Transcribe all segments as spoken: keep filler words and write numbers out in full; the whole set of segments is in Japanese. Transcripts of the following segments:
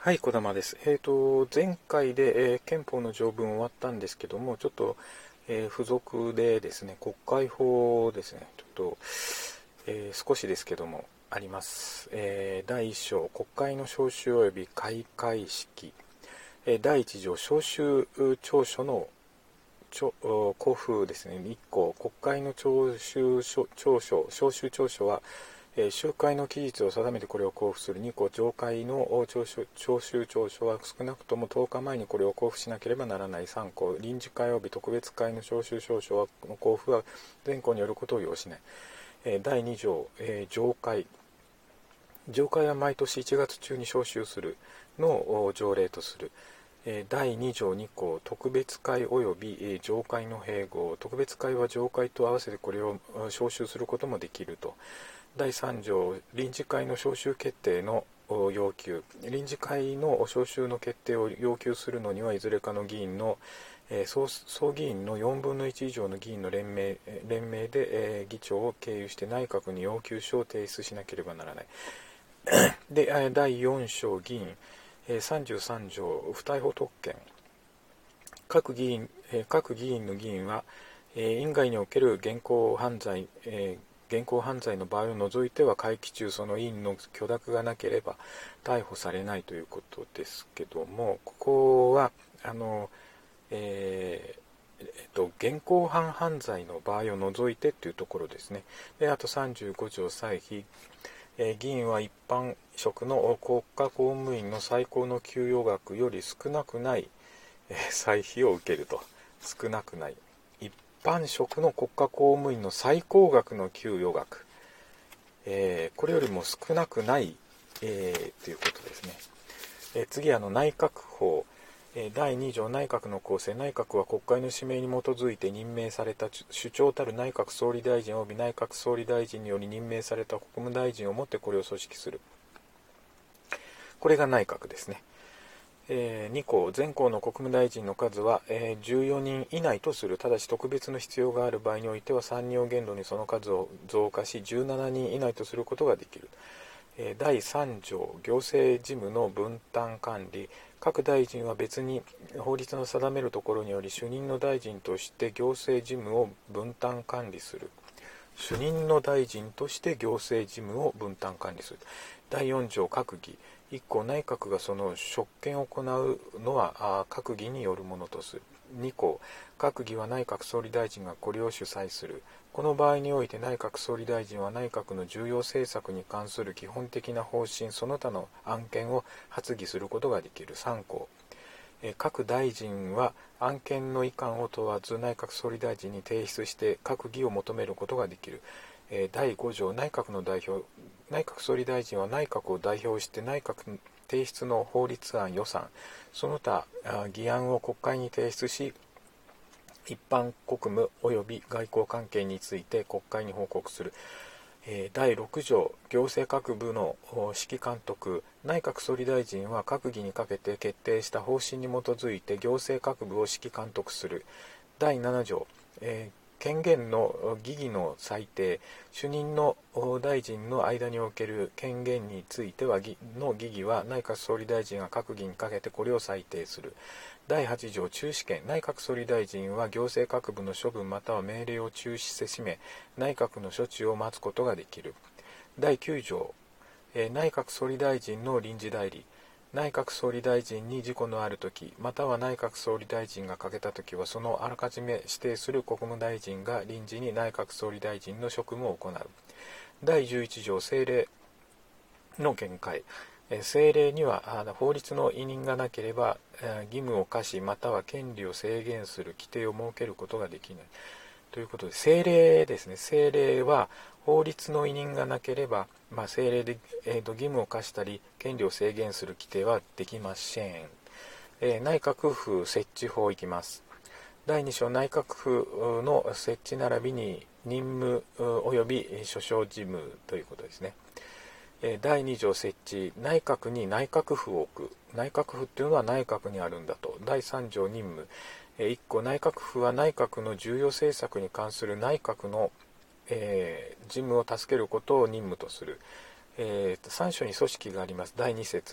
はい、小玉です。えっと、前回で、えー憲法の条文終わったんですけども、ちょっと、えー付属でですね、国会法ですね、ちょっと、えー少しですけども、あります。えーだいいっ章、国会の召集及び開会式。えーだいいち条、召集調書のちょ交付ですね。いっ項、国会の徴収調書、召集調書は、えー集会の期日を定めてこれを交付する。に項、上会の徴収徴収調書は少なくともとおかまえにこれを交付しなければならない。さん項、臨時会及び特別会の召集調書はの交付は全項によることを要しない。えーだいに条、えー上会。上会は毎年いちがつ中に召集するのを条例とする。だいに条に項、特別会及び上会の併合。特別会は上会と合わせてこれを召集することもできると。だいさん条、臨時会の召集決定の要求。臨時会の召集の決定を要求するのにはいずれかの議員の総総議員のよんぶんのいち以上の議員の連名連名で議長を経由して内閣に要求書を提出しなければならない。で、だいよん章議員、さんじゅうさん条不逮捕特権。各議員、各議員の議員は、院外における現行犯罪、現行犯罪の場合を除いては会期中その委員の許諾がなければ逮捕されないということですけども、ここはあの、えーえっと、現行犯犯罪の場合を除いてというところですね。で、あとさんじゅうご条歳費。えー議員は一般職の国家公務員の最高の給与額より少なくない、えー歳費を受けると。少なくない。一般職の国家公務員の最高額の給与額。えーこれよりも少なくない、えーということですね。えー次、あの内閣法。だいに条、内閣の構成。内閣は国会の指名に基づいて任命された首長たる内閣総理大臣及び内閣総理大臣により任命された国務大臣をもってこれを組織する。これが内閣ですね。えーに項、全項の国務大臣の数は、えーじゅうよにん以内とする。ただし特別の必要がある場合においてはさんにんを限度にその数を増加しじゅうななにん以内とすることができる。だいさん条、行政事務の分担管理。各大臣は別に法律の定めるところにより主任の大臣として行政事務を分担管理する。主任の大臣として行政事務を分担管理する。だいよん条、閣議。いっ項、内閣がその職権を行うのは閣議によるものとする。に項、閣議は内閣総理大臣がこれを主催する。この場合において内閣総理大臣は内閣の重要政策に関する基本的な方針その他の案件を発議することができる。さん項、各大臣は案件の意見を問わず内閣総理大臣に提出して閣議を求めることができる。だいご条、内閣の代表。内閣総理大臣は内閣を代表して内閣提出の法律案、予算その他議案を国会に提出し、一般国務及び外交関係について国会に報告する。だいろく条、行政各部の指揮監督。内閣総理大臣は閣議にかけて決定した方針に基づいて行政各部を指揮監督する。だいなな条、えー権限の疑義の裁定。主任の大臣の間における権限についてはの疑義は内閣総理大臣が閣議にかけてこれを裁定する。だいはち条、中止権。内閣総理大臣は行政各部の処分または命令を中止せしめ内閣の処置を待つことができる。だいきゅう条、えー内閣総理大臣の臨時代理。内閣総理大臣に事故のあるとき、または内閣総理大臣が欠けたときは、そのあらかじめ指定する国務大臣が臨時に内閣総理大臣の職務を行う。だいじゅういち条、政令の見解。政令には法律の委任がなければ義務を課し、または権利を制限する規定を設けることができない。ということで、政令ですね。政令は法律の委任がなければ、まあ、政令で、えーと、義務を課したり権利を制限する規定はできません。えー、内閣府設置法いきます。だいに章、内閣府の設置並びに任務及び所掌事務ということですね。えー、だいに条、設置。内閣に内閣府を置く。内閣府っていうのは内閣にあるんだと。だいさん条、任務。いっ項、内閣府は内閣の重要政策に関する内閣の、えー、事務を助けることを任務とする。えー、さん章に組織があります。だいに節、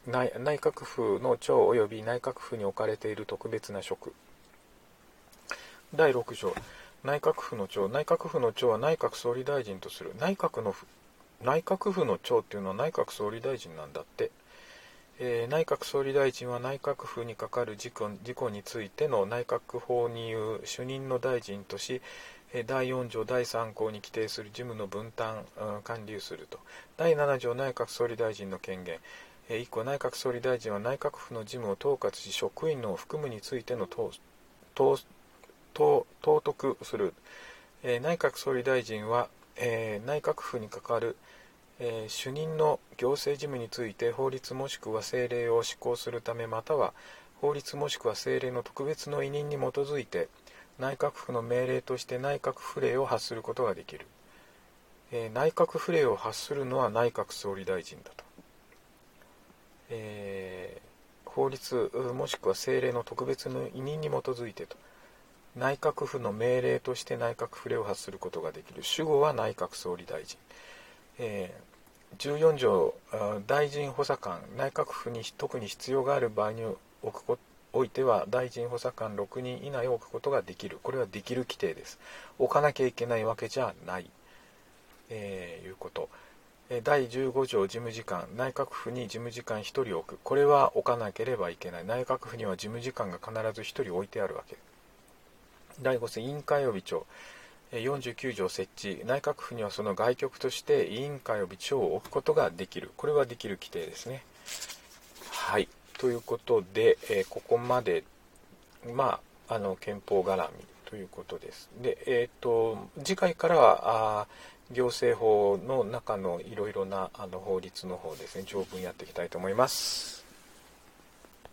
内内閣府の長及び内閣府に置かれている特別な職。だいろく条、内閣府の長。内閣府の長は内閣総理大臣とする。内閣の内閣府の長っていうのは内閣総理大臣なんだって。えー、内閣総理大臣は内閣府に係る事項、事項についての内閣法にいう主任の大臣とし、だいよん条だいさん項に規定する事務の分担、うん、管理すると。だいなな条内閣総理大臣の権限。えー、いっこ内閣総理大臣は内閣府の事務を統括し、職員の服務についての統統督する。えー、内閣総理大臣は、えー、内閣府に係る、えー、主任の行政事務について法律もしくは政令を施行するため、または法律もしくは政令の特別の委任に基づいて内閣府の命令として内閣府令を発することができる。えー、内閣府令を発するのは内閣総理大臣だと。えー、法律もしくは政令の特別の委任に基づいてと。内閣府の命令として内閣府令を発することができる。主語は内閣総理大臣。えー、じゅうよん条、大臣補佐官、内閣府に特に必要がある場合に置くこおいては大臣補佐官ろくにん以内を置くことができる。これはできる規定です。置かなきゃいけないわけじゃない、えー、いうこと。だいじゅうご条事務次官、内閣府に事務次官ひとり置く。これは置かなければいけない。内閣府には事務次官が必ずひとり置いてあるわけ。だいご項委員会及び長。よんじゅうきゅう条設置、内閣府にはその外局として委員会及び長を置くことができる。これはできる規定ですね。はい。ということで、えー、ここまで、まあ、あの憲法絡みということです。で、えっと、次回からは、あ行政法の中のいろいろなあの法律の方ですね、条文やっていきたいと思います。